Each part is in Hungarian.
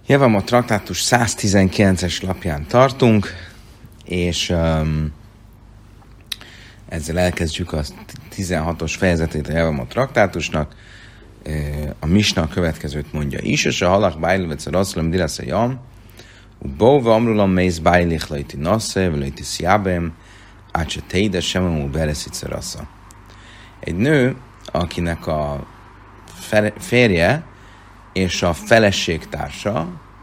Jevamot traktátus 119-es lapján tartunk, és ezzel elkezdjük a 16-os fejezetét a Jevamot traktátusnak. A Misna a következőt mondja. És a halak bájlövec a rasszalom dilasz a jam, bóva amrulam mész bájlich lejti nasze, lejti sziábem, ácsa teide sememú bereszice rassza. Egy nő, akinek a férje és a feleségtársa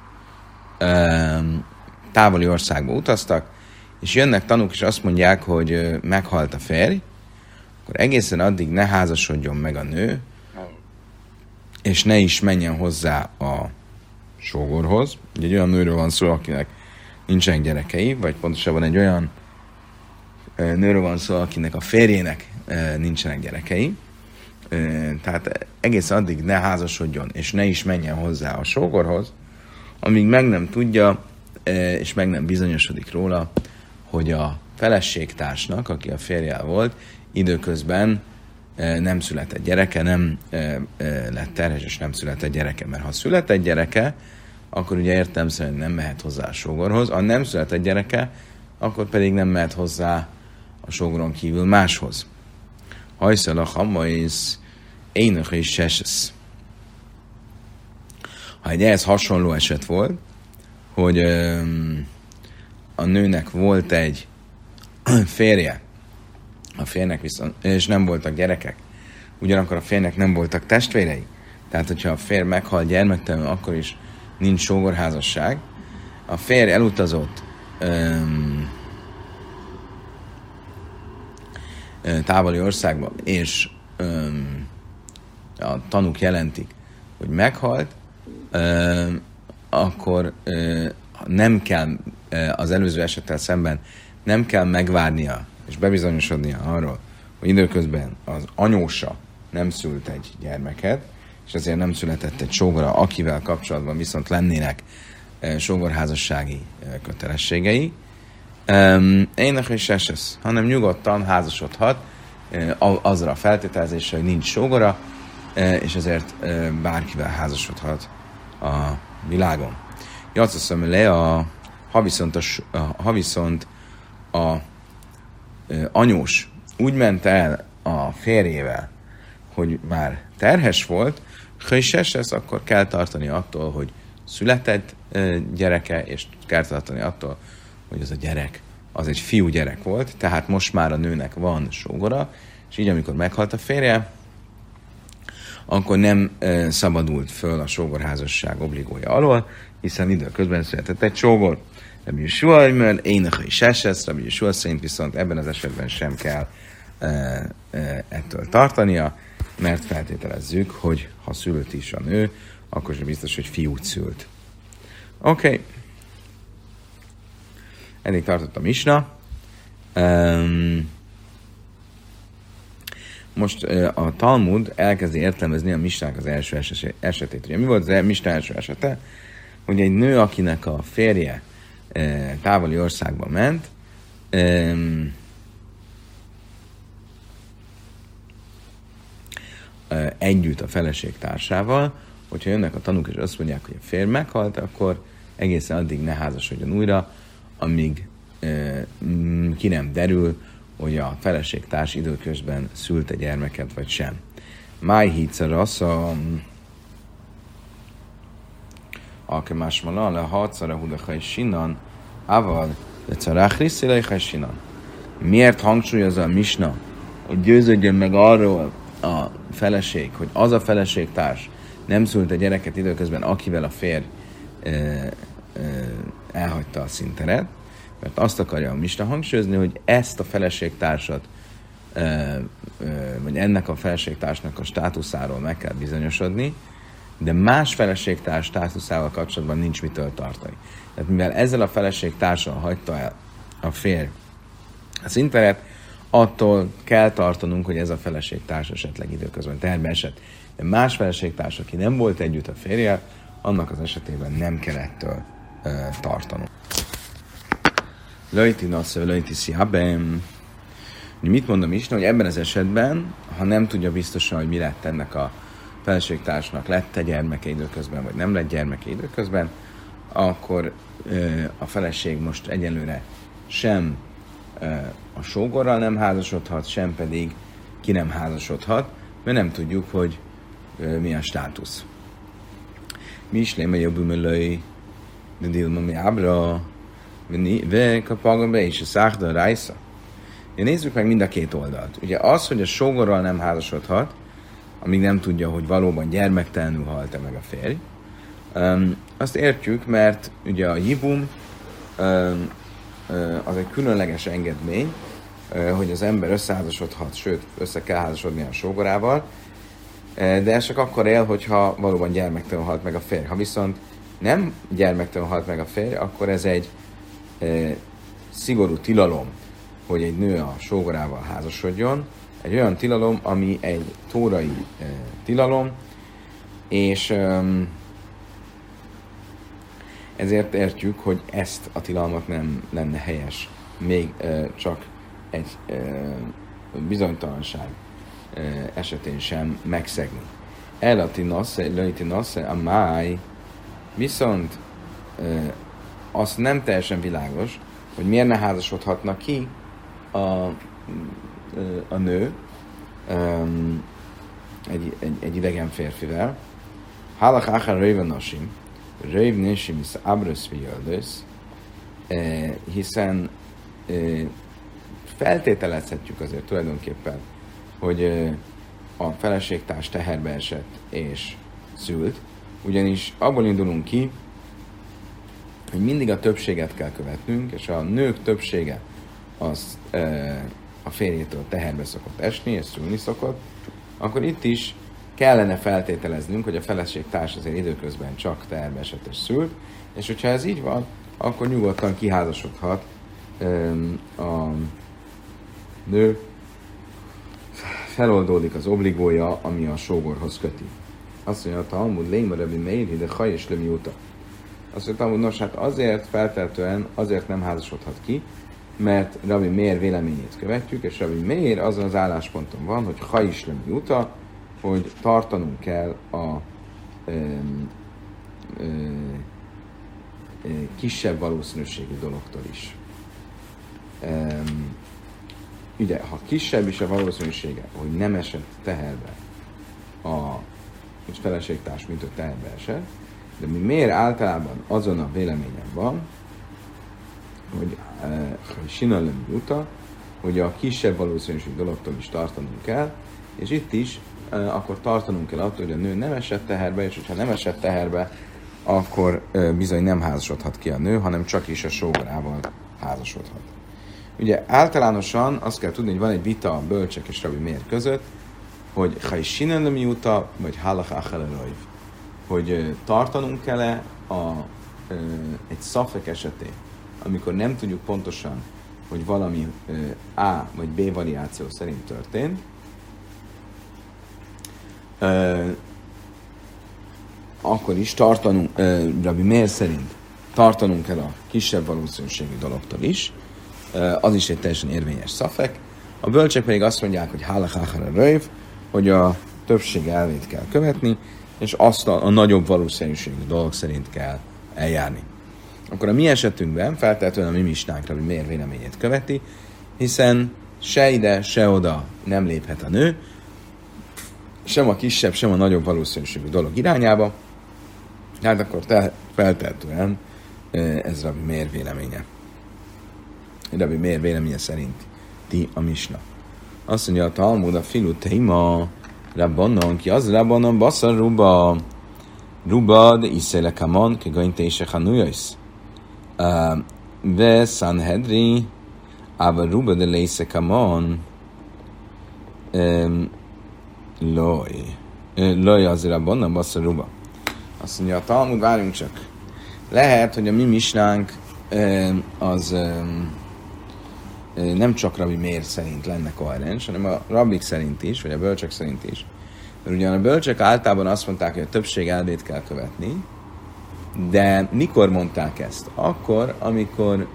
távoli országba utaztak, és jönnek tanúk, és azt mondják, hogy meghalt a férj, akkor egészen addig ne házasodjon meg a nő, és ne is menjen hozzá a sógorhoz. Egy olyan nőről van szó, akinek nincsenek gyerekei, vagy pontosabban egy olyan nőről van szó, akinek a férjének nincsenek gyerekei. Tehát egész addig ne házasodjon, és ne is menjen hozzá a sógorhoz, amíg meg nem tudja, és meg nem bizonyosodik róla, hogy a feleségtársnak, aki a férjel volt, időközben nem született gyereke, nem lett terhes, és nem született gyereke. Mert ha született gyereke, akkor ugye értelemszerűen nem mehet hozzá a sógorhoz, ha nem született gyereke, akkor pedig nem mehet hozzá a sógoron kívül máshoz. Hajszal a hamaisz, énök és sesesz. Ha egy ehhez hasonló eset volt, hogy a nőnek volt egy férje, a férnek viszont, és nem voltak gyerekek, ugyanakkor a férnek nem voltak testvérei, tehát hogyha a férj meghal gyermektelenül, akkor is nincs sógorházasság. A férj elutazott távoli országba, és a tanúk jelentik, hogy meghalt, akkor nem kell az előző esettel szemben nem kell megvárnia és bebizonyosodnia arról, hogy időközben az anyósa nem szült egy gyermeket, és ezért nem született egy sógora, akivel kapcsolatban viszont lennének sógorházassági kötelességei. Ének és esesz, hanem nyugodtan házasodhat azra a feltételezéssel, hogy nincs sógora, és ezért bárkivel házasodhat a világon. Játszaszom le, ha viszont a anyós úgy ment el a férjével, hogy már terhes volt, ha is esesz, akkor kell tartani attól, hogy született gyereke, és kell tartani attól, hogy az a gyerek az egy fiú gyerek volt, tehát most már a nőnek van sógora, és így amikor meghalt a férje, akkor nem szabadult föl a sógorházasság obligója alól, hiszen időközben született egy sógor. Rabbi Yeshua, mert éneha is esesz, Rabbi Yeshua szerint viszont ebben az esetben sem kell ettől tartania, mert feltételezzük, hogy ha szülött is a nő, akkor sem biztos, hogy fiút szült. Oké. Eddig tartott a Misna. Most a Talmud elkezdi értelmezni a Misnának az első esetét. Ugye mi volt az Misna első esete? Hogy egy nő, akinek a férje távoli országba ment, együtt a felességtársával, hogyha jönnek a tanúk és azt mondják, hogy a férj meghalt, akkor egészen addig ne házasodjon újra, amíg ki nem derül, hogy a feleségtárs időközben szült egy gyermeket, vagy sem. Máj hítszer az a másmala, le hatszara hudachai sinan, ával lecarách risszilejhely sinan. Miért hangsúlyozza a Misna, hogy győződjön meg arról a feleség, hogy az a feleségtárs nem szült egy gyereket időközben, akivel a férj elhagyta a színteret, mert azt akarja a Misna hangsúlyozni, hogy ezt a feleségtársat, vagy ennek a feleségtársnak a státuszáról meg kell bizonyosodni, de más feleségtárs státuszával kapcsolatban nincs mitől tartani. Tehát mivel ezzel a feleségtársal hagyta el a férj a színteret, attól kell tartanunk, hogy ez a feleségtárs esetleg időközben terbe esett. De más feleségtárs, aki nem volt együtt a férjel, annak az esetében nem kell ettől tartanunk. Lejti nasze, lejti sziábem. Mit mondom is, hogy ebben az esetben, ha nem tudja biztosan, hogy mi lett ennek a feleségtársnak, lett-e gyermeke időközben, vagy nem lett gyermeke időközben, akkor a feleség most egyelőre sem a sógorral nem házasodhat, sem pedig ki nem házasodhat, mert nem tudjuk, hogy mi a státusz. Mi is léme jobb ümölői, de dilma mi ábra, ve kapaga be és a szágda rájsza. Nézzük meg mind a két oldalt. Ugye az, hogy a sógorral nem házasodhat, amíg nem tudja, hogy valóban gyermektelenül halt-e meg a férj, azt értjük, mert ugye a jibum az egy különleges engedmény, hogy az ember összeházasodhat, sőt, össze kell házasodni a sógorával, de ez csak akkor él, hogyha valóban gyermektelenül halt meg a férj. Ha viszont nem gyermektelenül halt meg a férj, akkor ez egy szigorú tilalom, hogy egy nő a sógorával házasodjon. Egy olyan tilalom, ami egy tórai tilalom, és ezért értjük, hogy ezt a tilalmat nem lenne helyes még csak egy bizonytalanság esetén sem megszegni. Elati nasze, a máj, viszont az nem teljesen világos, hogy miért ne házasodhatna ki a nő egy idegen férfivel. Hálach áhár röjven nasim, röjv nashim is abrösz vijöldösz, hiszen feltételezhetjük azért tulajdonképpen, hogy a feleségtárs teherbe esett és szült, ugyanis abból indulunk ki, hogy mindig a többséget kell követnünk, és a nők többsége az a férjétől teherbe szokott esni, és szülni szokott, akkor itt is kellene feltételeznünk, hogy a feleségtárs azért időközben csak teherbe esett és szült, és hogyha ez így van, akkor nyugodtan kiházasodhat a nő, feloldódik az obligója, ami a sógorhoz köti. Azt mondja, a Talmud léma Rabbi Meir, de haj és lömi uta. Azt mondja, Talmud, nos, hát azért feltétlenül azért nem házasodhat ki, mert Rabbi Meir véleményét követjük, és Rabbi Meir azon az állásponton van, hogy haj és lömi uta, hogy tartanunk kell a kisebb valószínűségű dologtól is. Ugye, ha kisebb is a valószínűsége, hogy nem esett teherbe a feleségtárs, mint hogy teherbe esett, de mi miért általában azon a véleményen van, hogy sinalem juta, hogy a kisebb valószínűség dologtól is tartanunk kell, és itt is akkor tartanunk kell attól, hogy a nő nem esett teherbe, és hogyha nem esett teherbe, akkor bizony nem házasodhat ki a nő, hanem csak is a sógorával házasodhat. Ugye általánosan azt kell tudni, hogy van egy vita a bölcsek és Rabbi Meir között, hogy ha is sinelem juta, vagy hálach áhelerajv, hogy tartanunk kell-e egy szafek esetén, amikor nem tudjuk pontosan, hogy valami A vagy B variáció szerint történt, akkor is tartanunk, Rabbi Meir szerint tartanunk kell a kisebb valószínűségű dologtól is, az is egy teljesen érvényes szafek. A bölcsek pedig azt mondják, hogy hálach áhara röjv, hogy a többség elvét kell követni, és azt a nagyobb valószínűségű dolog szerint kell eljárni. Akkor a mi esetünkben feltétlenül a mi misnánk Rabbi Meir véleményét követi, hiszen se ide, se oda nem léphet a nő, sem a kisebb, sem a nagyobb valószínűségű dolog irányába, hát akkor feltétlenül ez Rabbi Meir véleménye. Rabbi Meir véleménye szerint ti a misna. Azt mondja a Talmud, a filu teima rabbanon, ki az rabbanon baszar ruba de iszele kaman, ke gainte is a hanujais. Ve Sanhedri, ava ruba de leise kaman, loj az rabbanon baszar ruba. Azt mondja a Talmud, várjunk csak. Lehet, hogy a mi misnánk az nem csak Rabbi Meir szerint lenne koherens, hanem a rabbik szerint is, vagy a bölcsek szerint is. Mert ugyan a bölcsek általában azt mondták, hogy a többség elvét kell követni, de mikor mondták ezt? Akkor, amikor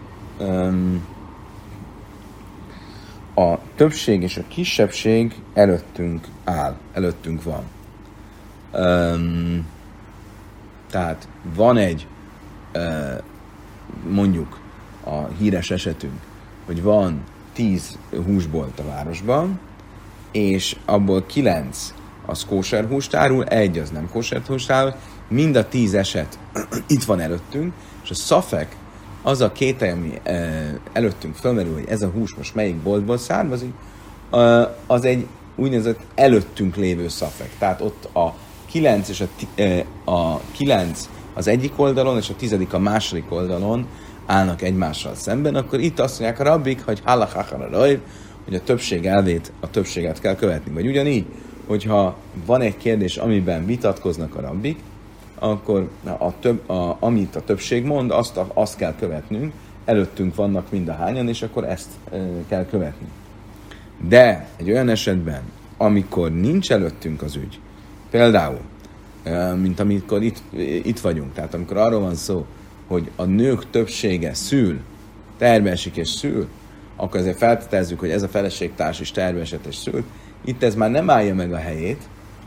a többség és a kisebbség előttünk áll, előttünk van. Tehát van egy mondjuk a híres esetünk, hogy van 10 húsbolt a városban, és abból 9 az kóser húst árul, 1 az nem kóser húst árul, mind a 10 eset itt van előttünk, és a szafek, az a kételj, ami előttünk fölmerül, hogy ez a hús most melyik boltból származik, az egy úgynevezett előttünk lévő szafek. Tehát ott a 9 és a 9 az egyik oldalon, és a 10 a második oldalon állnak egymással szemben, akkor itt azt mondják a rabbik, hogy hogy a többség elvét, a többséget kell követni. Vagy ugyanígy, hogyha van egy kérdés, amiben vitatkoznak a rabbik, akkor amit a többség mond, azt kell követnünk, előttünk vannak mind a hányan, és akkor ezt kell követni. De egy olyan esetben, amikor nincs előttünk az ügy, például, mint amikor itt vagyunk, tehát amikor arról van szó, hogy a nők többsége szül, terbe esik és szül, akkor ezért feltételezzük, hogy ez a feleségtárs is terbe esett és szült, itt ez már nem állja meg a helyét,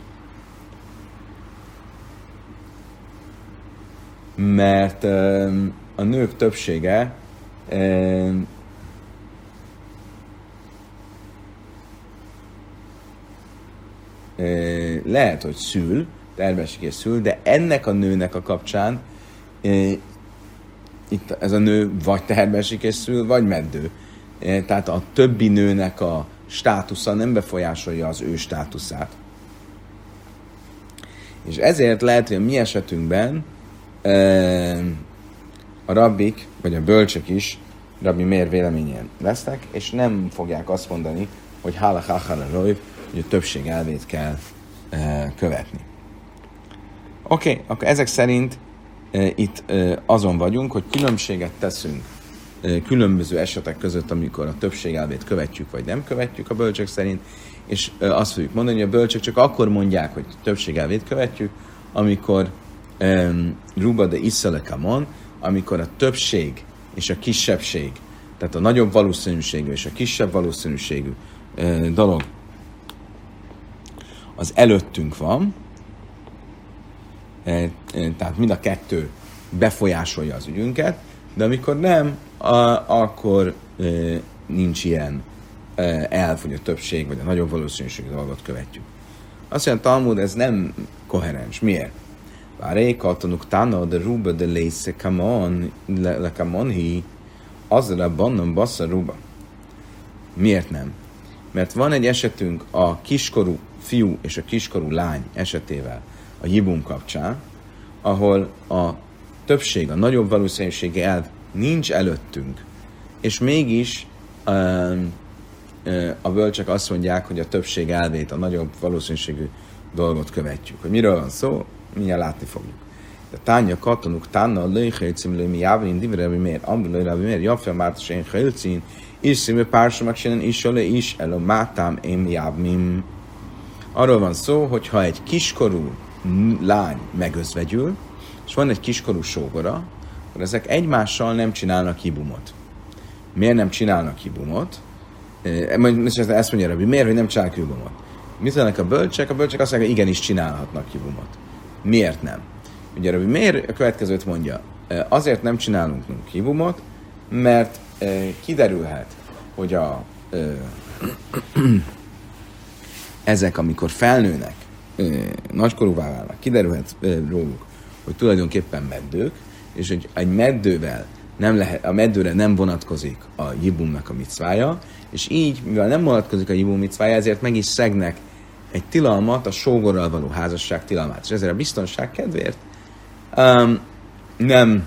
mert a nők többsége lehet, hogy szül, tervesik és szül, de ennek a nőnek a kapcsán itt ez a nő vagy tervesik és szül, vagy meddő. Tehát a többi nőnek a státusza nem befolyásolja az ő státuszát. És ezért lehet, hogy a mi esetünkben a rabbik, vagy a bölcsek is Rabbi Meir véleményen lesznek, és nem fogják azt mondani, hogy hogy a többség elvét kell követni. Oké, akkor ezek szerint itt azon vagyunk, hogy különbséget teszünk különböző esetek között, amikor a többség elvét követjük, vagy nem követjük a bölcsek szerint, és azt fogjuk mondani, hogy a bölcsek csak akkor mondják, hogy többség elvét követjük, amikor Ruba de Issa Kamon, amikor a többség és a kisebbség, tehát a nagyobb valószínűségű és a kisebb valószínűségű dolog az előttünk van, tehát mind a kettő befolyásolja az ügyünket, de amikor nem, akkor nincs ilyen elv, hogy a többség vagy a nagyobb valószínűségű dolgot követjük. Azt mondja, Talmud, ez nem koherens. Miért? Váré, katonuk tána, de ruba de lésze le kamonhi, azra bannon bassza ruba. Miért nem? Mert van egy esetünk a kiskorú fiú és a kiskorú lány esetével a jibum kapcsán, ahol a többség, a nagyobb valószínűségi elv nincs előttünk, és mégis a bölcsek azt mondják, hogy a többség elvét, a nagyobb valószínűségű dolgot követjük. Hogy miről van szó, mindjárt látni fogjuk. De tánya katonuk tána lőjhelycim lőmi jávim divrelvi mér, ambulőjrávi mér, jaffja mártasén helycin, és színű pársomak sénen is öle is elő mátám én jávmim. Arról van szó, hogy ha egy kiskorú lány megözvegyül, és van egy kiskorú sógora, akkor ezek egymással nem csinálnak hibumot. Miért nem csinálnak hibumot? Ezt mondja Rabbi, miért, hogy nem csinálnak hibumot? Mit mondanak a bölcsek? A bölcsek azt mondják, hogy igenis csinálhatnak hibumot. Miért nem? Ugye Rabbi miért a következőt mondja? Azért nem csinálunk hibumot, mert kiderülhet, hogy ezek, amikor felnőnek, nagykorúvá válnak, kiderülhet róluk, hogy tulajdonképpen meddők, és hogy egy meddővel nem lehet, a meddőre nem vonatkozik a jibumnak a micvája, és így, mivel nem vonatkozik a jibum micvája, ezért meg is szegnek egy tilalmat, a sógorral való házasság tilalmát. És ezért a biztonság kedvéért nem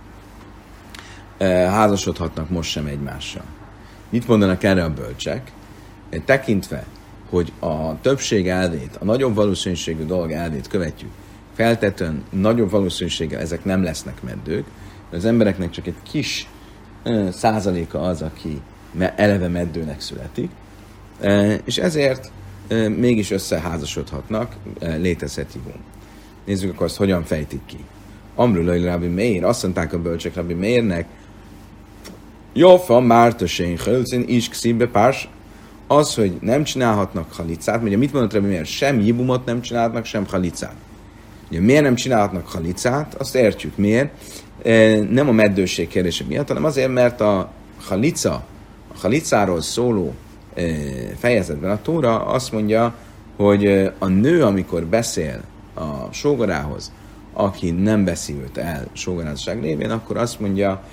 házasodhatnak most sem egymással. Mit mondanak erre a bölcsek? Tekintve, hogy a többség elvét, a nagyobb valószínűségű dolog elvét követjük, feltetően nagyobb valószínűséggel ezek nem lesznek meddők, az embereknek csak egy kis százaléka az, aki eleve meddőnek születik, és ezért mégis összeházasodhatnak, létezhet hibum. Nézzük akkor azt, hogyan fejtik ki. Amrulai Rabbi Meir, azt mondták a bölcsek Rabbi Meirnek, Jófa, Mártosén, Hölcén, Iskszíbe, Párs, az, hogy nem csinálhatnak halicát, ugye mit mondott Rabbi Meir? Sem jibumot nem csinálhatnak, sem halicát. Ugye miért nem csinálhatnak halicát, azt értjük. Miért? Nem a meddőség kérdése miatt, hanem azért, mert a halicáról szóló fejezetben a Tóra azt mondja, hogy a nő, amikor beszél a sógorához, aki nem veszi őt el sógorázság révén, akkor azt mondja,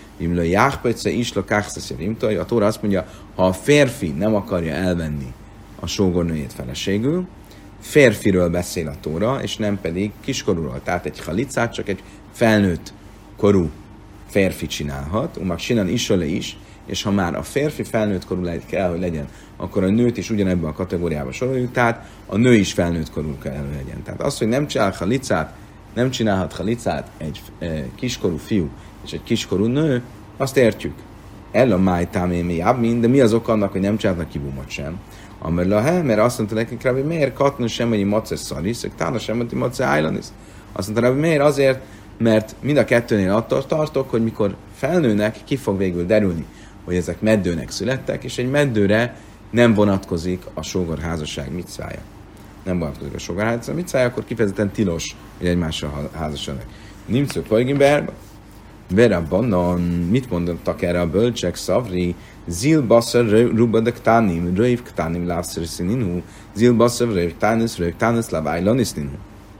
a Tóra azt mondja, ha a férfi nem akarja elvenni a sógornőjét feleségül, férfiről beszél a Tóra, és nem pedig kiskorúról. Tehát egy halicát csak egy felnőtt korú férfi csinálhat, umag sinan isole is, és ha már a férfi felnőtt korú kell, hogy legyen, akkor a nőt is ugyanebben a kategóriába soroljuk, tehát a nő is felnőtt korú kell, hogy legyen. Tehát az, hogy nem csinálhat halicát egy kiskorú fiú és egy kiskorú nő, azt értjük. El a májtámémi de mi az ok annak, hogy nem csinálhatnak kibumot sem? Mert azt mondta nekik, Rabbi Meir, katna sem, hogy macer szarisz, tána sem, hogy macer ájlanis. Azt mondta Rabbi Meir azért, mert mind a kettőnél attól tartok, hogy mikor felnőnek, ki fog végül derülni, hogy ezek meddőnek születtek, és egy meddőre nem vonatkozik a sógorházasság micvája. Nem vonatkozik a sógorházasság micvája, akkor kifejezetten tilos, hogy egymással házasodnak. Nimcuk Pajgimberbe, Verabbanon, mit mondottak erre a bölcsek? Szavri, Zilbasszer rubadek tánim, röjv ktánim lászor színinu, Zilbasszer röjv tánisz lavájlaniszninu.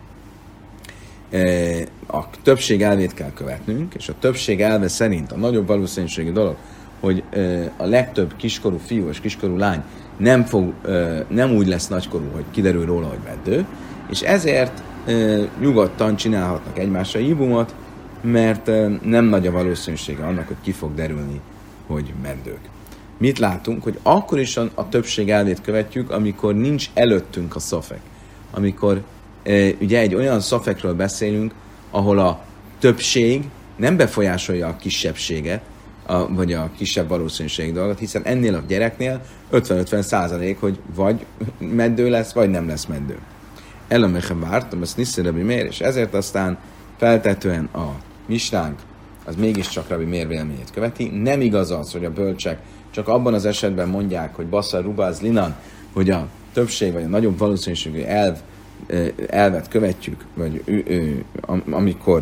A többség elvét kell követnünk, és a többség elve szerint a nagyobb valószínűségi dolog, hogy a legtöbb kiskorú fiú és kiskorú lány nem úgy lesz nagykorú, hogy kiderül róla, hogy meddő, és ezért nyugodtan csinálhatnak egymással jibumot, mert nem nagy a valószínűsége annak, hogy ki fog derülni, hogy meddők. Mit látunk? Hogy akkor is a többség elvét követjük, amikor nincs előttünk a szofek. Amikor ugye egy olyan szofekről beszélünk, ahol a többség nem befolyásolja a kisebbséget, vagy a kisebb valószínűségi dolgot, hiszen ennél a gyereknél 50-50%, hogy vagy meddő lesz, vagy nem lesz meddő. Elameche vártam, ezt Niszi Rabbi Meir, és ezért aztán feltetően a misnánk az mégiscsak Rabbi Meir véleményét követi. Nem igaz az, hogy a bölcsek csak abban az esetben mondják, hogy Bassar Rubaz Linan, hogy a többség vagy a nagyobb valószínűségű elvet követjük, vagy amikor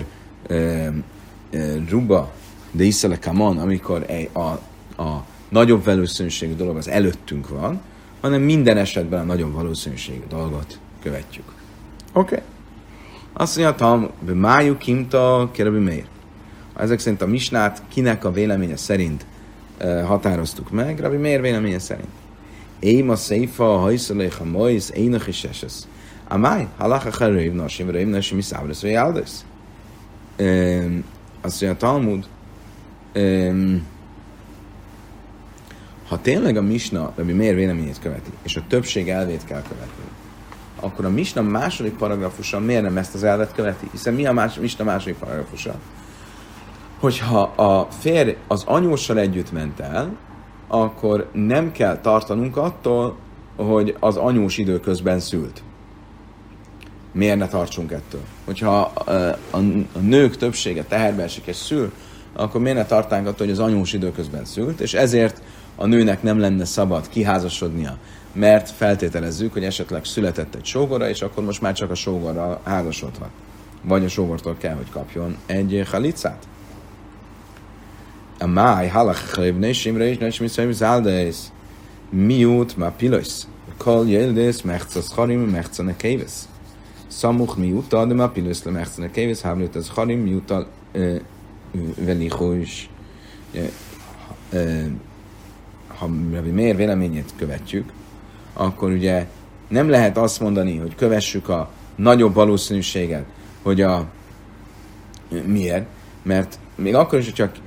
Ruba de Iszele Kamon, amikor a nagyobb valószínűségű dolog az előttünk van, hanem minden esetben a nagyobb valószínűségű dolgot követjük. Oké. Azt mondja, májuk kimta Rabbi Meir. Ezek szerint a misnát kinek a véleménye szerint határoztuk meg? Rabbi Meir véleménye szerint. Éma szeifa, hajszaléha majsz, énach is esesz. Amály, halacha röjv nasim, röjv nasim iszávresz, röjv áldesz. Azt mondja a Talmud, ha tényleg a misna Rabbi Meir véleményét követi, és a többség elvét kell követni, akkor a misna második paragrafusa miért nem ezt az elvet követi? Hiszen mi a misna második paragrafusa? Hogyha a férj az anyóssal együtt ment el, akkor nem kell tartanunk attól, hogy az anyós időközben szült. Miért ne tartsunk ettől? Hogyha a nők többsége teherbe esik és szül, akkor miért ne tartánk attól, hogy az anyós időközben szült, és ezért a nőnek nem lenne szabad kiházasodnia, mert feltételezzük, hogy esetleg született egy sógora, és akkor most már csak a sógorral házasodhat. Vagy a sógortól kell, hogy kapjon egy halicát. A máj halachrévne és imre és nem is záldész. Miút ma pilosz. Kol jeldész mechcasz harim mechcane kévesz. Szamuch miúta, de ma pilosz le mechcane kévesz, háblőt az harim miúta velichós. Ha Rabbi Meir véleményét követjük, akkor ugye nem lehet azt mondani, hogy kövessük a nagyobb valószínűséget, hogy miért? Mert még akkor is, hogy csak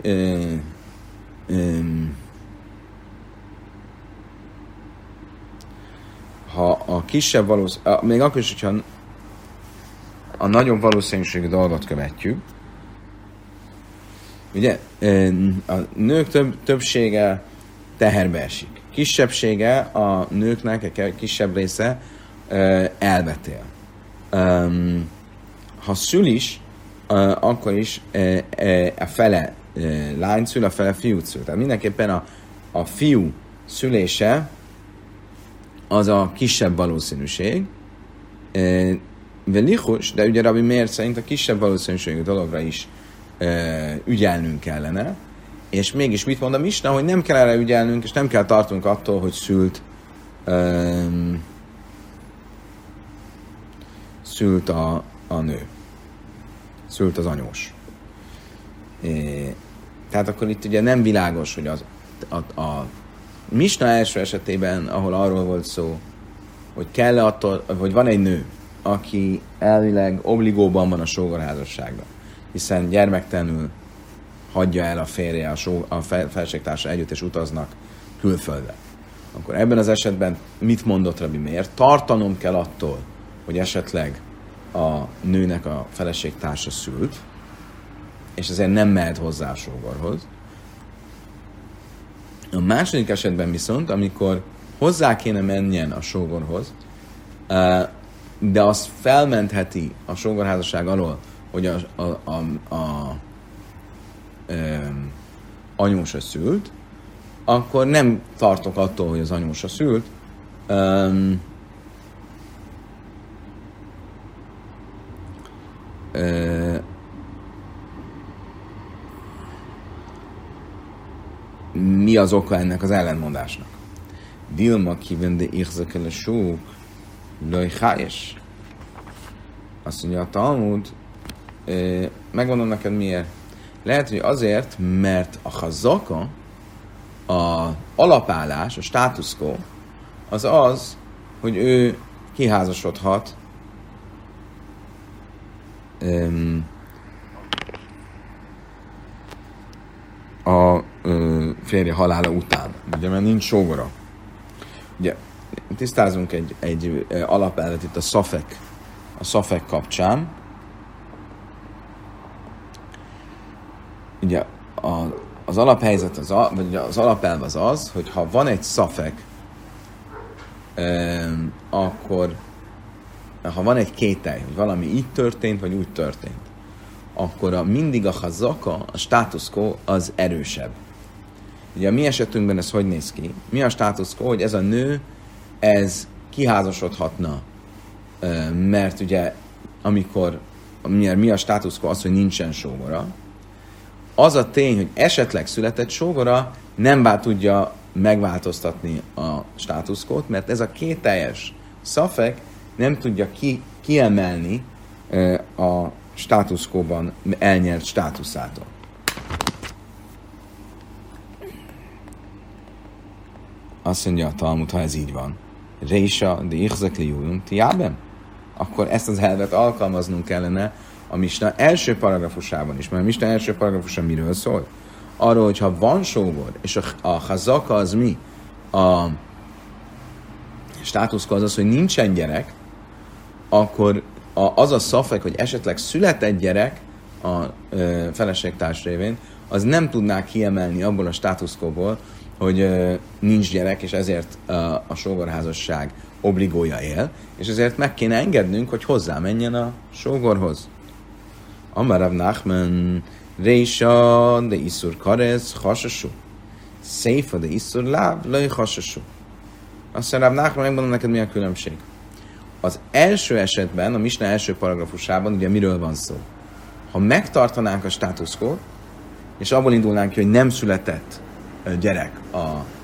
ha a kisebb valószínűség, még akkor is, hogyha a nagyobb valószínűségű dolgot követjük, ugye a nők többsége teherbe esik. Kisebbsége a nőknek, a kisebb része elvetél. Ha szül is, akkor is a fele lány szül, a fele fiút szül. Tehát mindenképpen a fiú szülése az a kisebb valószínűség, Velichus, de ugye Rabbi Meir szerint a kisebb valószínűségű dologra is ügyelnünk kellene, és mégis mit mond a Misna, hogy nem kell erre ügyelnünk, és nem kell tartunk attól, hogy szült a nő. Szült az anyós. Tehát akkor itt ugye nem világos, hogy a Misna első esetében, ahol arról volt szó, hogy kell attól, hogy van egy nő, aki elvileg obligóban van a sógorházasságra, hiszen gyermektelenül hagyja el a férje, a feleségtársa együtt, és utaznak külföldre. Akkor ebben az esetben mit mondott Rabbi Meir? Tartanom kell attól, hogy esetleg a nőnek a feleségtársa szült, és ezért nem mehet hozzá a sógorhoz. A második esetben viszont, amikor hozzá kéne menjen a sógorhoz, de az felmentheti a sógorházasság alól, hogy a anyósa szült, akkor nem tartok attól, hogy az anyósa szült, mi az oka ennek az ellentmondásnak? Dilma kivende ichzekele súk, lojhájes. Azt mondja a Talmud, megmondom neked miért. Lehet, hogy azért, mert a chazaka, a alapállás, a status quo, az, hogy ő kiházasodhat a férje halála után. Ugye, mert nincs sógora. Ugye, tisztázunk egy alapelvet itt a szafek kapcsán. Ugye, az alaphelyzet, vagy az alapelv az, hogy ha van egy szafek, akkor ha van egy kételj, hogy valami így történt, vagy úgy történt, akkor mindig a hazaka, a status quo az erősebb. Ugye a mi esetünkben ez hogy néz ki? Mi a status quo, hogy ez a nő, ez kiházasodhatna, mert ugye mi a status quo az, hogy nincsen sógora. Az a tény, hogy esetleg született sógora, nem tudja megváltoztatni a status quo-t, mert ez a kételjes szafek nem tudja kiemelni a status quo-ban elnyert státuszától. Azt mondja a Talmud, ha ez így van, Résa, de ichzekli jújunk, tiábem? Akkor ezt az elvet alkalmaznunk kellene a Misna első paragrafusában is. Mert a Misna első paragrafusa miről szól? Arról, hogyha van sógor, és a hazaka az mi? A státuszka az, hogy nincsen gyerek, akkor az a szafek, hogy esetleg született gyerek a feleségtárs révén, az nem tudná kiemelni abból a státuszkóból, hogy nincs gyerek, és ezért a sógorházasság obligója él, és ezért meg kéne engednünk, hogy hozzámenjen a sógorhoz. Amar Rav Nachman, Résa de iszur karez hasasú, Széfa de iszur láb löj hasasú. Azt mondja, Rav Nachman, megmondom neked, mi a különbség. Az első esetben, a Misna első paragrafusában ugye miről van szó? Ha megtartanánk a státuszkót, és abból indulnánk ki, hogy nem született gyerek a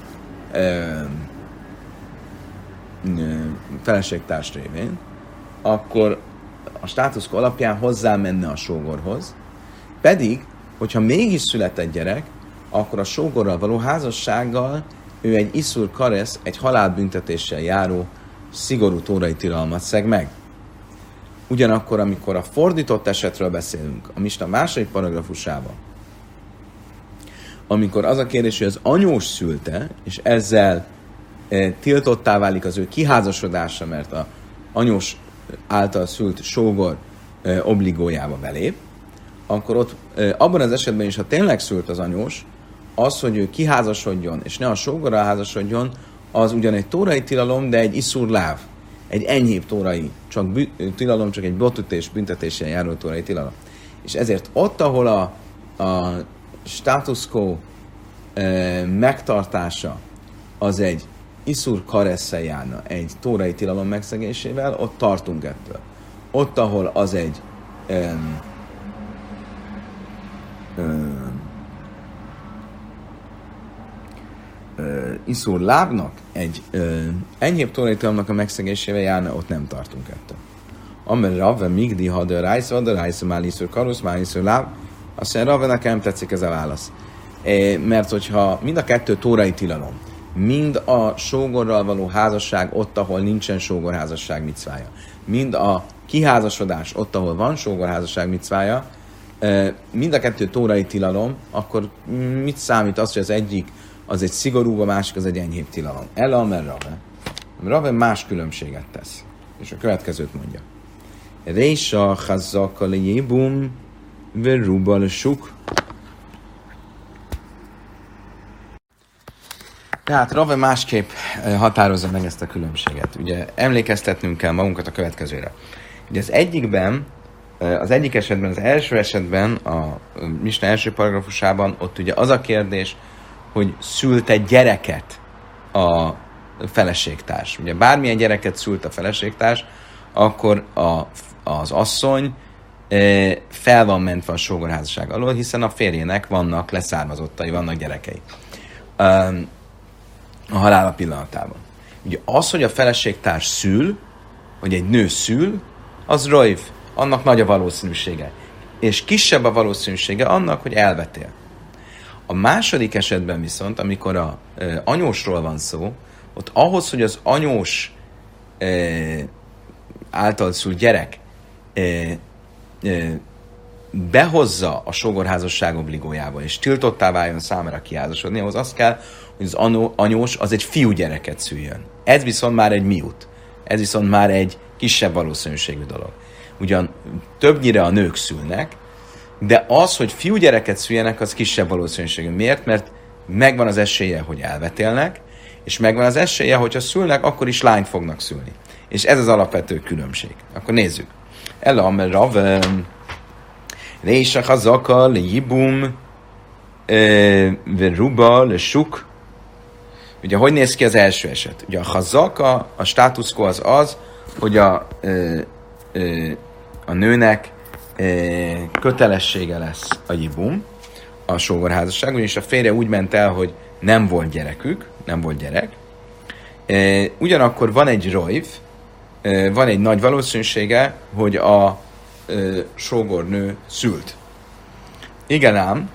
feleségtárs révén, akkor a státuszkó alapján hozzámenne a sógorhoz, pedig, hogyha mégis született gyerek, akkor a sógorral való házassággal ő egy iszur karesz, egy halálbüntetéssel járó szigorú tórai tilalmat szeg meg. Ugyanakkor, amikor a fordított esetről beszélünk, a Misna második paragrafusában, amikor az a kérdés, hogy az anyós szülte, és ezzel tiltottá válik az ő kiházasodása, mert a anyós által szült sógor obligójába belép, akkor ott abban az esetben is, ha tényleg szült az anyós, az, hogy ő kiházasodjon, és ne a sógorral házasodjon, az ugyan egy tórai tilalom, de egy iszur láv, egy enyhébb tórai tilalom, csak egy botütés büntetéssel járó tórai tilalom. És ezért ott, ahol a status quo megtartása az egy iszur karesszel járna, egy tórai tilalom megszegésével, ott tartunk ettől. ott, ahol az egy iszúr lábnak, egy enyhébb tulajdonnak a megszegésével járna, ott nem tartunk ettől. Amer Rave migdi hadar rájszva már iszúr karusz, már iszúr láb, azt mondja, Rave, nekem tetszik ez a válasz. Mert hogyha mind a kettő tórai tilalom, mind a sógorral való házasság ott, ahol nincsen sógorházasság micvája, mind a kiházasodás ott, ahol van sógorházasság micvája, mind a kettő tórai tilalom, akkor mit számít az, hogy az egyik az egy szigorúbb, a másik az egy enyhébb tilalom? Ella amer Rave. Rave más különbséget tesz. És a következőt mondja. Résa chazaka lejébum veruba lesuk. Tehát Rave másképp határozza meg ezt a különbséget. Ugye emlékeztetnünk kell magunkat a következőre. Ugye az egyikben, az egyik esetben, az első esetben, a Misna első paragrafusában, ott ugye az a kérdés, hogy szült-e gyereket a feleségtárs. Ugye bármilyen gyereket szült a feleségtárs, akkor az asszony fel van mentve a sógorházasság alól, hiszen a férjének vannak leszármazottai, vannak gyerekei a halála pillanatában. Ugye az, hogy a feleségtárs szül, hogy egy nő szül, az rojv, annak nagy a valószínűsége. És kisebb a valószínűsége annak, hogy elvetél. A második esetben viszont, amikor a anyósról van szó, ott ahhoz, hogy az anyós által szült gyerek behozza a sógorházasság obligójába, és tiltottá váljon számára kiházasodni, ahhoz az kell, hogy az anyós az egy fiúgyereket szüljön. Ez viszont már egy miút. Ez viszont már egy kisebb valószínűségű dolog. Ugyan többnyire a nők szülnek, de az, hogy fiúgyereket szüljenek, az kisebb valószínűségű. Miért? Mert megvan az esélye, hogy elvetélnek, és megvan az esélye, hogyha szülnek, akkor is lányt fognak szülni. És ez az alapvető különbség. Akkor nézzük. Ella amer Rave Résa chazaka le jibum veruba le suk. Ugye, hogy néz ki az első eset? Ugye a chazaka, a status quo az az, hogy a nőnek kötelessége lesz a jibum, a sógorházasság, ugyanis a férje úgy ment el, hogy nem volt gyerekük, nem volt gyerek. Ugyanakkor van egy rojv, van egy nagy valószínűsége, hogy a sógornő szült. Igen ám,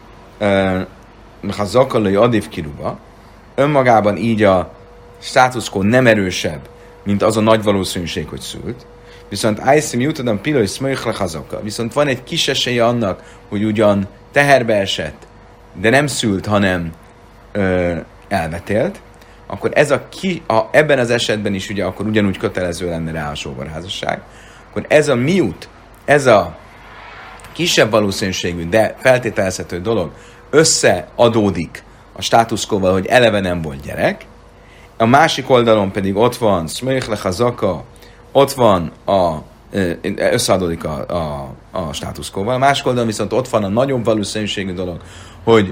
ha zakalai adív kiruba, önmagában így a status quo nem erősebb, mint az a nagy valószínűség, hogy szült. Viszont ájszim jutodam pilói szmöjhle hazaka. Viszont van egy kis esélye annak, hogy ugyan teherbe esett, de nem szült, hanem elvetélt, akkor ez ebben az esetben is ugye akkor ugyanúgy kötelező lenne rá a sógorházasság. Akkor ez a miút, ez a kisebb valószínűségű, de feltételezhető dolog összeadódik a státuszkóval, hogy eleve nem volt gyerek. A másik oldalon pedig ott van szmöjhle hazaka, ott van összeadódik a státuszkóval. A másik oldalon viszont ott van a nagyobb valószínűségű dolog, hogy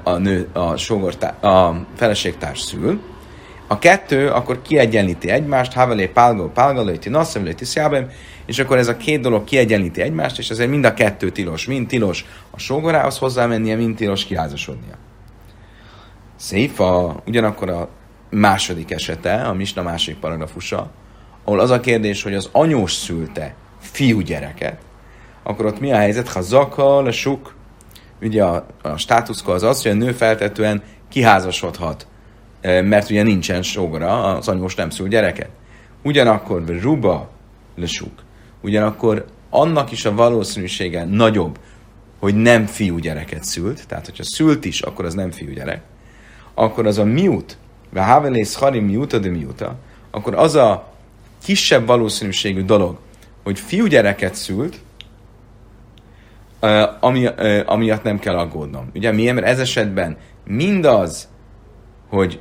a feleségtárs szül. A kettő akkor kiegyenlíti egymást, havelé pálgalőti, nasszavléti szjábem, és akkor ez a két dolog kiegyenlíti egymást, és ezért mind a kettő tilos. Mind tilos a sógorához hozzámennie, mind tilos kiházasodnia. Széfa, ugyanakkor a második esete, a Misna másik paragrafusa, ahol az a kérdés, hogy az anyós szülte fiúgyereket, akkor ott mi a helyzet? Ha zaka, a suk, ugye a státuszka az, hogy a nő feltetően kiházasodhat, mert ugye nincsen sógora, az anyós nem szül gyereket. Ugyanakkor ruba lesuk, ugyanakkor annak is a valószínűsége nagyobb, hogy nem fiúgyereket szült, tehát hogyha szült is, akkor az nem fiúgyerek, akkor az a miút, ve havelész harim miuta de miuta, akkor az a kisebb valószínűségű dolog, hogy fiúgyereket szült, amiatt nem kell aggódnom. Ugye miért? Mert ez esetben mindaz, hogy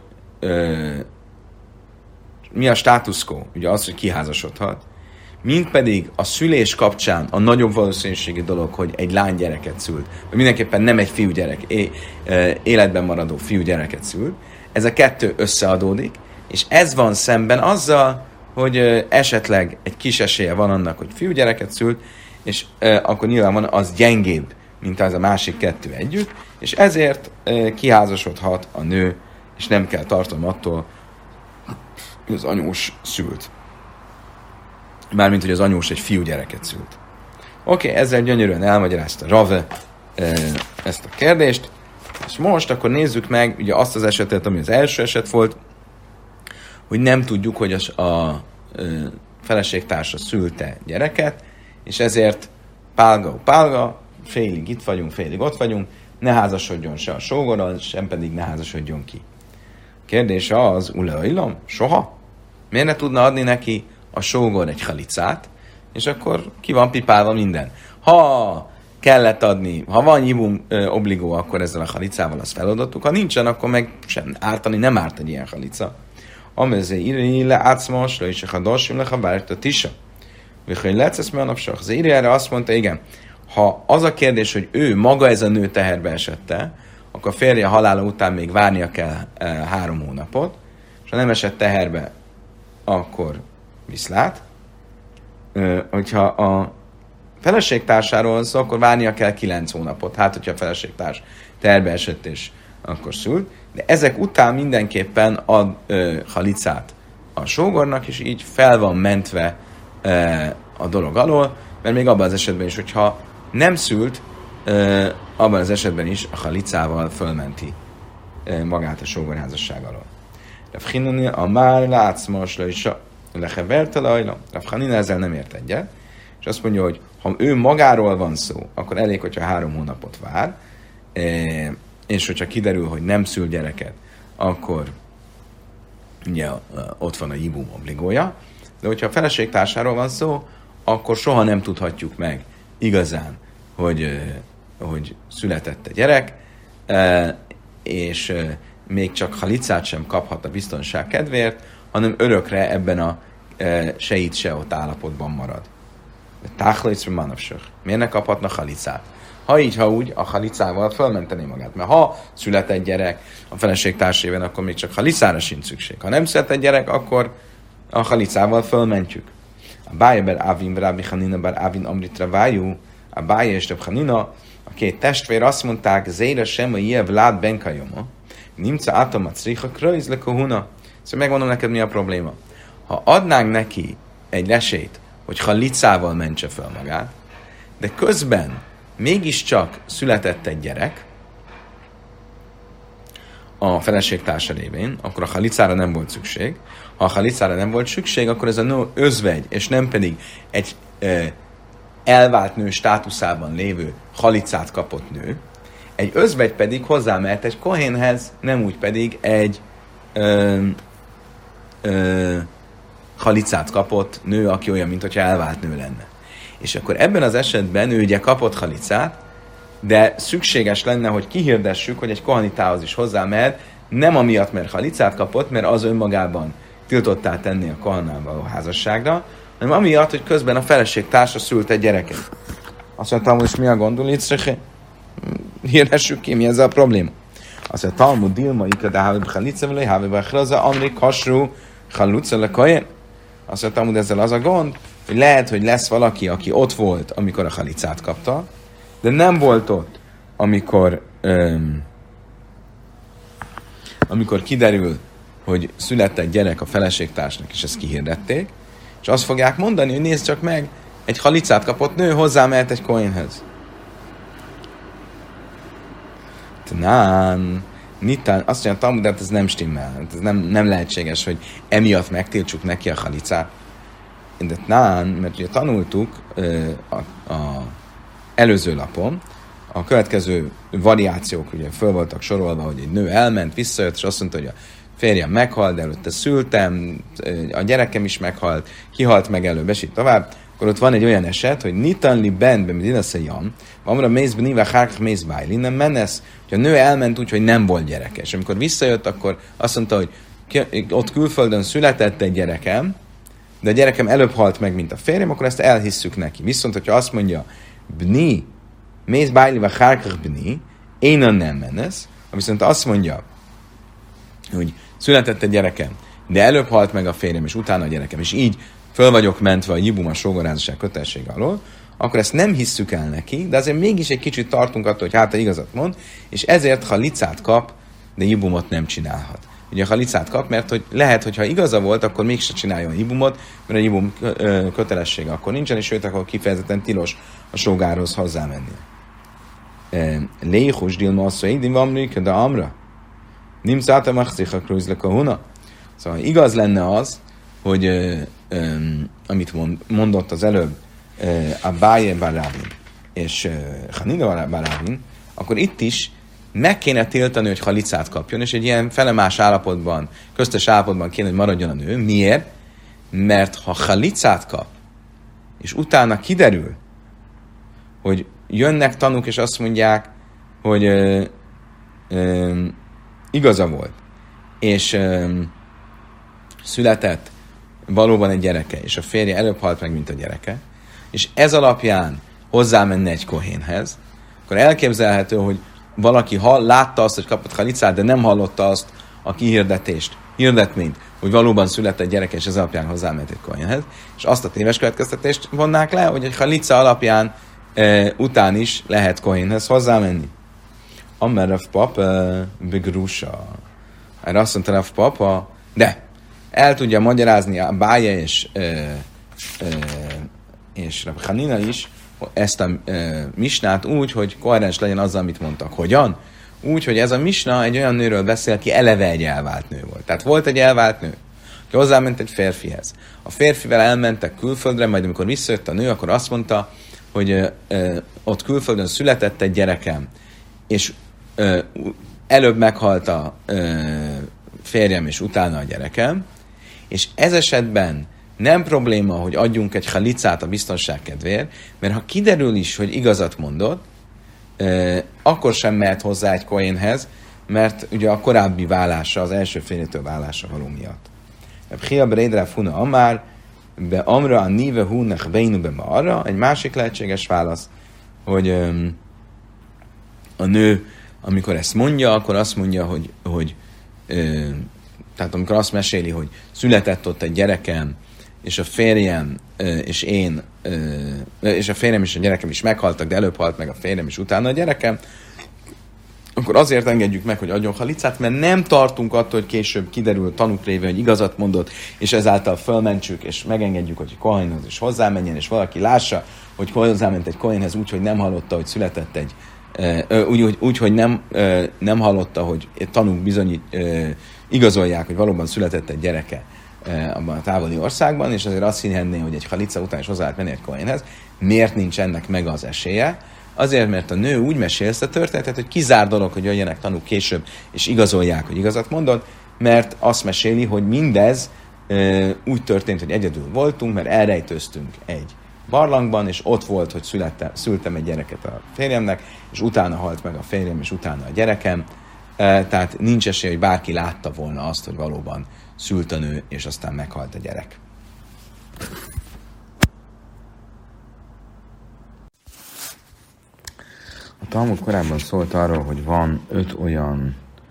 mi a status quo, ugye az, hogy kiházasodhat, mint pedig a szülés kapcsán a nagyobb valószínűségi dolog, hogy egy lánygyereket szült, vagy mindenképpen nem egy fiúgyerek, életben maradó fiúgyereket szült, ez a kettő összeadódik, és ez van szemben azzal, hogy esetleg egy kis esélye van annak, hogy fiúgyereket szült, és akkor nyilván van az gyengébb, mint az a másik kettő együtt, és ezért kiházasodhat a nő, és nem kell tartom attól, hogy az anyós szült. Mármint, hogy az anyós egy fiúgyereket szült. Oké, ezzel gyönyörűen elmagyarázta Rave ezt a kérdést, és most akkor nézzük meg ugye azt az esetet, ami az első eset volt, hogy nem tudjuk, hogy a feleségtársa szülte gyereket, és ezért pálga, félig itt vagyunk, félig ott vagyunk, ne házasodjon se a sógorral, sem pedig ne házasodjon ki. Kérdése az, uleajlom, soha? Miért ne tudna adni neki a sógor egy halicát, és akkor ki van pipálva minden. Ha kellett adni, ha van jibum obligó, akkor ezzel a halicával azt feladottuk, ha nincsen, akkor meg sem ártani, nem árt egy ilyen halica. Amezé írni le átszmas, le is a hadarsim le ha bárt a tisa. Hogy letszesz me a napsak. Az írja erre azt mondta, igen, ha az a kérdés, hogy ő maga ez a nő teherbe esette, akkor a férje halála után még várnia kell 3 hónapot, és ha nem esett teherbe, akkor viszlát. Hogyha a feleségtársáról van szó, akkor várnia kell 9 hónapot. Hát, hogyha a feleségtárs teherbe esett és akkor szült. De ezek után mindenképpen ad halicát a sógornak, és így fel van mentve a dolog alól, mert még abban az esetben is, hogyha nem szült, abban az esetben is a halicával fölmenti magát a sógorházasság alól. Rav Hinuni a már látsz most le is leheverte lajla. Rav Hanina ezzel nem ért egyet, és azt mondja, hogy ha ő magáról van szó, akkor elég, hogyha 3 hónapot vár, és hogyha kiderül, hogy nem szül gyereket, akkor ugye ott van a jibum obligója, de hogyha a feleségtársáról van szó, akkor soha nem tudhatjuk meg igazán, hogy született a gyerek, és még csak halicát sem kaphat a biztonság kedvéért, hanem örökre ebben a se itt, se ott állapotban marad. Táchlajcra manapsok. Miért ne kaphatna halicát? Ha így, ha úgy, a halicával fölmenteni magát. Mert ha született gyerek a feleségtársében, akkor még csak halicára sincs szükség. Ha nem született gyerek, akkor a halicával fölmentjük. A Bája ber Avin, Rabbi Hanina ber Avin Amritra Vájú, a Bája és Rabbi Hanina, a 2 testvér azt mondták, Zéra sem a Iev lát benkajoma, Nimca átom a cricha kröjz le kohuna. Szóval megmondom neked, mi a probléma. Ha adnánk neki egy lesét, hogy halicával mentse fel magát, de közben mégiscsak született egy gyerek a feleségtársa révén, akkor a halicára nem volt szükség. Ha a halicára nem volt szükség, akkor ez a nő özvegy, és nem pedig egy elvált nő státuszában lévő halicát kapott nő. Egy özvegy pedig hozzámehet egy kohénhez, nem úgy pedig egy halicát kapott nő, aki olyan, mintha elvált nő lenne. És akkor ebben az esetben ő ugye kapott halicát, de szükséges lenne, hogy kihirdessük, hogy egy kohanitához is hozzámehet, nem amiatt, mert halicát kapott, mert az önmagában tiltottá tenni a kohanába a házasságra, hanem amiatt, hogy közben a feleség társa szült egy gyereket. Azt mondtam, hogy mi a gondolat? Hirdessük ki, mi ez a probléma. Azt mondja, Talmud Dilma ikadá hávébe halica vele, hávébe hraza, amri kasrú haluca le kajen. Azt mondja, Talmud ezzel az a gond, hogy lehet, hogy lesz valaki, aki ott volt, amikor a halicát kapta, de nem volt ott, amikor kiderül, hogy született gyerek a feleségtársnak, és ezt kihirdették, és azt fogják mondani, hogy nézd csak meg, egy halicát kapott nő hozzámehet egy kohénhez. Nitán, azt mondja, Talmud, de ez nem stimmel, ez nem lehetséges, hogy emiatt megtiltsuk neki a halicát. De mert ugye tanultuk a előző lapon, a következő variációk ugye föl voltak sorolva, hogy egy nő elment, visszajött, és azt mondta, hogy a férjem meghalt, de előtte szültem, a gyerekem is meghalt, kihalt meg előbb, és így tovább. Akkor ott van egy olyan eset, hogy nitanli bent bemidinasze jam, amra mész beniva hárkach mész bájli, nem menesz, hogy a nő elment úgy, hogy nem volt gyereke. És amikor visszajött, akkor azt mondta, hogy ott külföldön született egy gyerekem, de a gyerekem előbb halt meg, mint a férjem, akkor ezt elhisszük neki. Viszont, hogyha azt mondja, bni, mész bájli, vagy hárkach bni, én nem menesz, viszont azt mondja, hogy született egy gyerekem, de előbb halt meg a férjem, és utána a gyerekem, és így föl vagyok mentve a jibum a sógorházasság kötelessége alól, akkor ezt nem hisszük el neki, de azért mégis egy kicsit tartunk attól, hogy hát a igazat mond, és ezért, ha licát kap, de jibumot nem csinálhat. Ugye, ha licát kap, mert hogy lehet, hogy ha igaza volt, akkor mégse csináljon jibumot, mert a jibum kötelessége akkor nincsen, és sőt, akkor kifejezetten tilos a sógárhoz hozzámenni. Léhus dilma asszai, din van de amra. Nim száta machszicha krúzlek a huna. Szóval igaz lenne az, hogy amit mondott az előbb a Báje Barávin és Hanina Barávin, akkor itt is meg kéne tiltani, hogy halicát kapjon, és egy ilyen felemás állapotban, köztes állapotban kéne, hogy maradjon a nő. Miért? Mert ha halicát kap, és utána kiderül, hogy jönnek tanúk, és azt mondják, hogy igaza volt, és született valóban egy gyereke, és a férje előbb halt meg, mint a gyereke, és ez alapján hozzámenne egy kohénhez, akkor elképzelhető, hogy valaki látta azt, hogy kapott halicát, de nem hallotta azt a hirdetményt, hogy valóban született gyereke, és ez alapján hozzáment egy kohénhez, és azt a téves következtetést vonnák le, hogy egy halica alapján után is lehet kohénhez hozzámenni. Amerrev pap begrúsa. Erre azt mondta Rav papa, de el tudja magyarázni a Bája és Rav Hanina is ezt a misnát úgy, hogy koherens legyen azzal, amit mondtak. Hogyan? Úgy, hogy ez a misna egy olyan nőről beszél, aki eleve egy elvált nő volt. Tehát volt egy elvált nő, aki hozzáment egy férfihez. A férfivel elmentek külföldre, majd amikor visszajött a nő, akkor azt mondta, hogy ott külföldön született egy gyerekem, és előbb meghalt a férjem, és utána a gyerekem, és ez esetben nem probléma, hogy adjunk egy halicát a biztonság kedvéért, mert ha kiderül is, hogy igazat mondott, akkor sem mehet hozzá egy kohénhez, mert ugye a korábbi vállása, az első férjétől vállása való miatt. Bchia Bredra Funa Amár, be Amra a Nive Hunech Beinu be Maara, egy másik lehetséges válasz, hogy a nő, amikor ezt mondja, akkor azt mondja, hogy tehát amikor azt meséli, hogy született ott egy gyerekem, és a férjem és én, és a férjem és a gyerekem is meghaltak, de előbb halt meg a férjem és utána a gyerekem, akkor azért engedjük meg, hogy adjon halicát, mert nem tartunk attól, hogy később kiderül tanúk révén, hogy igazat mondott, és ezáltal fölmentsük, és megengedjük, hogy a kohénhoz is hozzámenjen, és valaki lássa, hogy hozzáment egy kohénhez úgy, hogy nem hallotta, hogy született egy, úgy, hogy nem hallotta, hogy tanúk igazolják, hogy valóban született egy gyereke abban a távoli országban, és azért azt hinné, hogy egy halica után is hozzá lehet menni egy kohénhez. Miért nincs ennek meg az esélye? Azért, mert a nő úgy mesél ezt a történetet, hogy kizár dolog, hogy jöjjenek tanúk később, és igazolják, hogy igazat mondott, mert azt meséli, hogy mindez úgy történt, hogy egyedül voltunk, mert elrejtőztünk egy barlangban, és ott volt, hogy szültem egy gyereket a férjemnek, és utána halt meg a férjem, és utána a gyerekem. Tehát nincs esély, hogy bárki látta volna azt, hogy valóban szült a nő, és aztán meghalt a gyerek. A Talmud korábban szólt arról, hogy van 5 olyan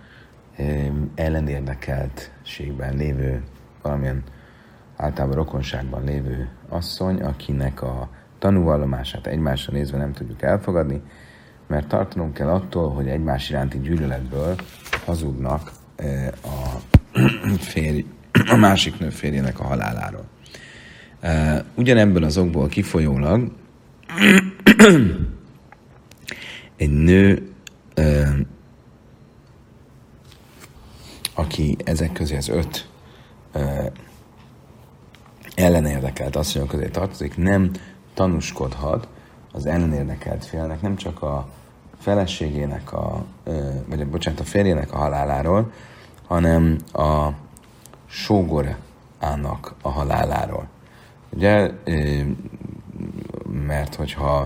ellenérdekeltségben lévő, valamilyen általában rokonságban lévő asszony, akinek a tanúvallomását egymásra nézve nem tudjuk elfogadni, mert tartanunk kell attól, hogy egymás iránti gyűlöletből hazudnak a másik nő férjének a haláláról. Ugyanebből az okból kifolyólag egy nő, aki ezek közé az 5 ellenérdekelt asszonyok közé tartozik, nem tanúskodhat az ellenérdekelt félnek, nem csak a feleségének, a férjének a haláláról, hanem a sógorának a haláláról. Ugye, mert hogyha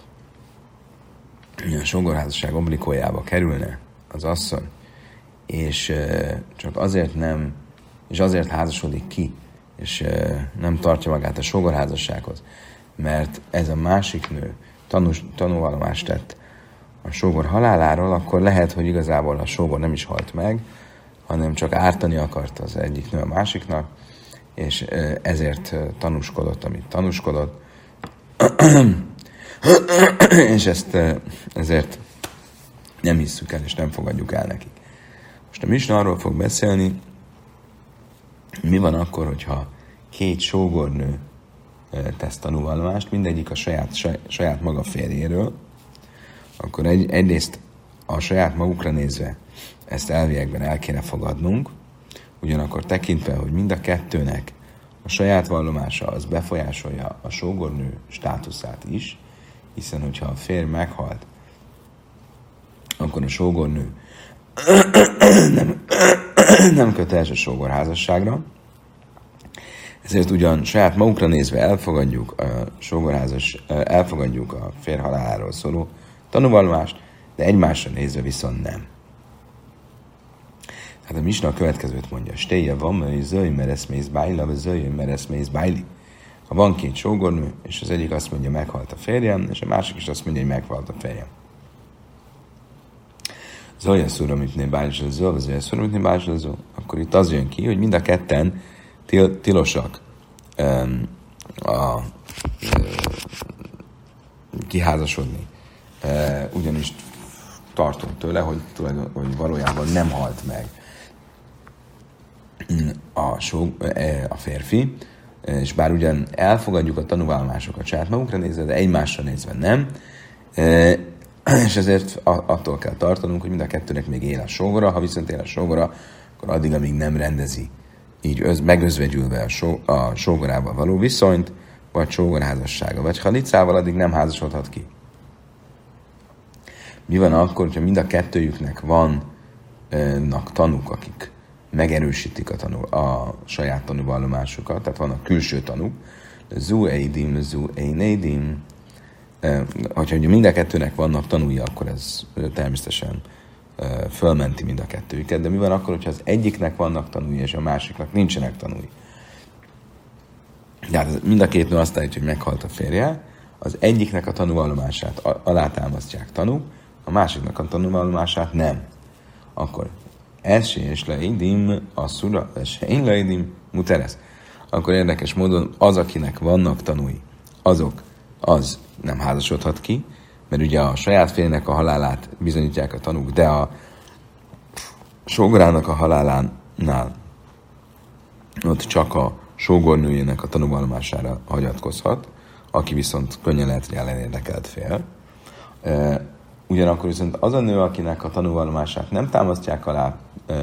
a sógorházasság oblikójába kerülne az asszony, és csak azért nem, és azért házasodik ki, és nem tartja magát a sógorházassághoz, mert ez a másik nő tanúvallomást tett a sógor haláláról, akkor lehet, hogy igazából a sógor nem is halt meg, hanem csak ártani akart az egyik nő a másiknak, és ezért tanúskodott, amit tanúskodott, és ezért nem hisszük el, és nem fogadjuk el nekik. Most a Misna arról fog beszélni, mi van akkor, hogyha két sógornő tesz tanúvallomást, mindegyik a saját maga férjéről, akkor egyrészt a saját magukra nézve ezt elviekben el kéne fogadnunk, ugyanakkor tekintve, hogy mind a kettőnek a saját vallomása az befolyásolja a sógornő státuszát is, hiszen hogyha a férj meghalt, akkor a sógornő nem köteles a sógorházasságra, ezért ugyan saját magukra nézve elfogadjuk a férj haláláról szóló tanúvallomást, de egymásra nézve viszont nem. Tehát a Misna a következőt mondja: Stéje van, mert zöj mereszmész bájla, vagy zöj mereszmész bájli. Ha van két sógornő, és az egyik azt mondja, meghalt a férjem, és a másik is azt mondja, hogy meghalt a férjem. Zolja szúra, mint né bájlzsöző, vagy zolja szúra, mint né bájlzsöző, akkor itt az jön ki, hogy mind a ketten tilosak kiházasodni. Ugyanis tartunk tőle, hogy valójában nem halt meg a férfi, és bár ugyan elfogadjuk a tanúvallomásokat saját magukra nézve, de egymásra nézve nem, és ezért attól kell tartanunk, hogy mind a kettőnek még él a sógora, ha viszont él a sógora, akkor addig, amíg nem rendezi így megözvegyülve a sógorával való viszonyt, vagy sógorházassága, vagy halicával, addig nem házasodhat ki. Mi van akkor, hogyha mind a kettőjüknek vannak tanúk, akik megerősítik a saját tanúvallomásukat, tehát vannak külső tanúk, zu eidim, zu einedim, hogyha mind a kettőnek vannak tanúi, akkor ez természetesen fölmenti mind a kettőjüket, de mi van akkor, hogyha az egyiknek vannak tanúi, és a másiknak nincsenek tanúi? Tehát mind a két nő azt állítja, hogy meghalt a férje, az egyiknek a tanúvallomását alátámasztják tanúk, a másiknak a tanúvallomását nem. Akkor esé és leidim, asszura, esé én leidim, muteres. Akkor érdekes módon az, akinek vannak tanúi, az nem házasodhat ki, mert ugye a saját férjének a halálát bizonyítják a tanúk, de a sógorának a halálánál ott csak a sógornőjének a tanúvallomására hagyatkozhat, aki viszont könnyen lehet, hogy ellenérdekelt fél. Ugyanakkor viszont az a nő, akinek a tanúvallomását nem támasztják alá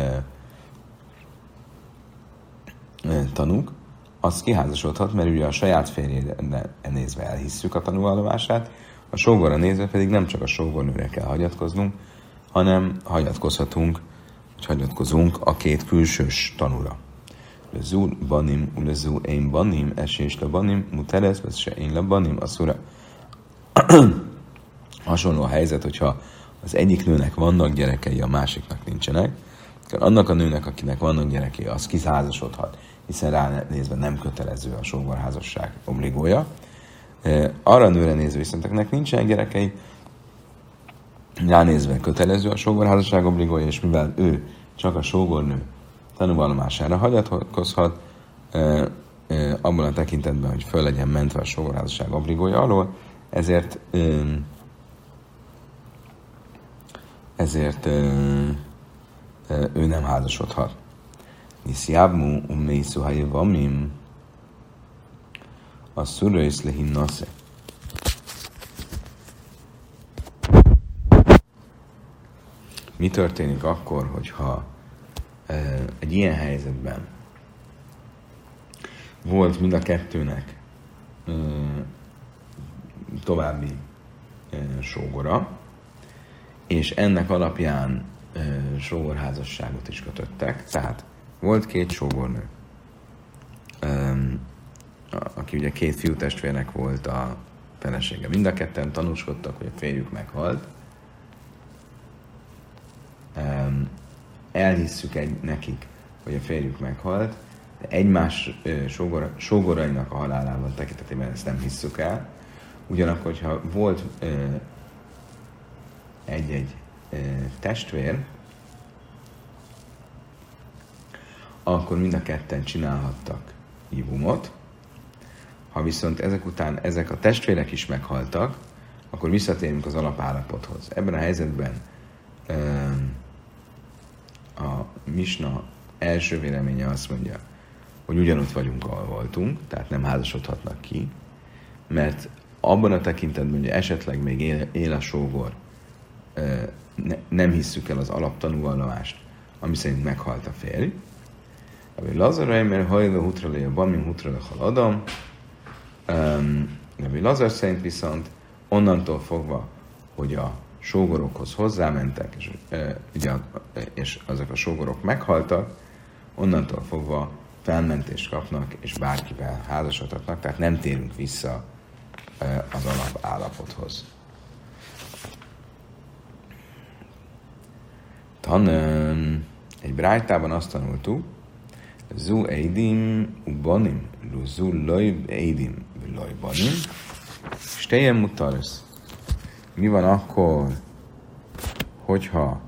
tanúk, az kiházasodhat, mert ugye a saját férjére nézve elhisszük a tanúvallomását, a sógorra nézve pedig nem csak a sógornőre kell hagyatkoznunk, hanem hagyatkozunk a két külsős tanúra. Lezú banim, ulezú én banim, esés le banim, muteres, vagy se én le banim, asszura. Hasonló a helyzet, hogyha az egyik nőnek vannak gyerekei, a másiknak nincsenek, akkor annak a nőnek, akinek vannak gyerekei, az kiházasodhat, hiszen ránézve nem kötelező a sógorházasság obligója. Arra a nőre nézve viszont, akinek nincsenek gyerekei, ránézve kötelező a sógorházasság obligója, és mivel ő csak a sógornő tanúvallomására hagyatkozhat, abban a tekintetben, hogy föl legyen mentve a sógorházasság obligója alól, ezért ő nem házasodhat. Nisziábmu ummészu hajevamim a szurősz lehinnasze. Mi történik akkor, hogyha egy ilyen helyzetben volt mind a kettőnek további sógora, és ennek alapján sógorházasságot is kötöttek. Tehát volt két sógornő, aki ugye két fiútestvérnek volt a felesége. Mind a ketten tanúskodtak, hogy a férjük meghalt. Elhisszük nekik, hogy a férjük meghalt, de egymás sógorainak a halálával tekintetében ezt nem hisszük el. Ugyanakkor, hogyha volt egy testvér, akkor mind a ketten csinálhattak ivumot. Ha viszont ezek után ezek a testvérek is meghaltak, akkor visszatérünk az alapállapothoz. Ebben a helyzetben a Misna első véleménye azt mondja, hogy ugyanott vagyunk, ahol voltunk, tehát nem házasodhatnak ki, mert abban a tekintetben, hogy esetleg még él a sógor, nem hisszük el az alaptanúvallomást, ami szerint meghalt a férj. Rabbi Lazar, mert hajló hutra le a bamim hutra le haladam. Rabbi Lazar szerint viszont onnantól fogva, hogy a sógorokhoz hozzámentek, és azok a sógorok meghaltak, onnantól fogva felmentést kapnak, és bárkivel házasodhatnak, tehát nem térünk vissza az alapállapothoz. Egy brájtában azt tanultuk, Zu eidim ubanim, zu loj eidim loj banim, és teljesen mutarsz. Mi van akkor, hogyha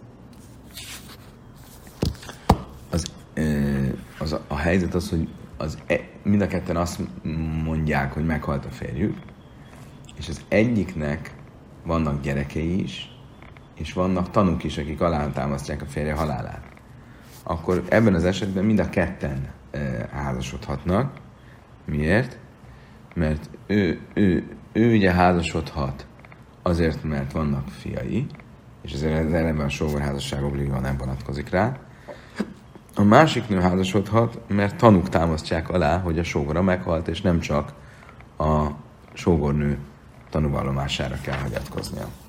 a helyzet az, hogy mind a ketten azt mondják, hogy meghalt a férjük, és az egyiknek vannak gyerekei is, és vannak tanúk is, akik alátámasztják a férje halálát. Akkor ebben az esetben mind a ketten házasodhatnak. Miért? Mert ő ugye házasodhat azért, mert vannak fiai, és ezért ellenben a sógorházasság obligációan nem vonatkozik rá. A másik nő házasodhat, mert tanúk támasztják alá, hogy a sógora meghalt, és nem csak a sógornő tanúvallomására kell hagyatkoznia.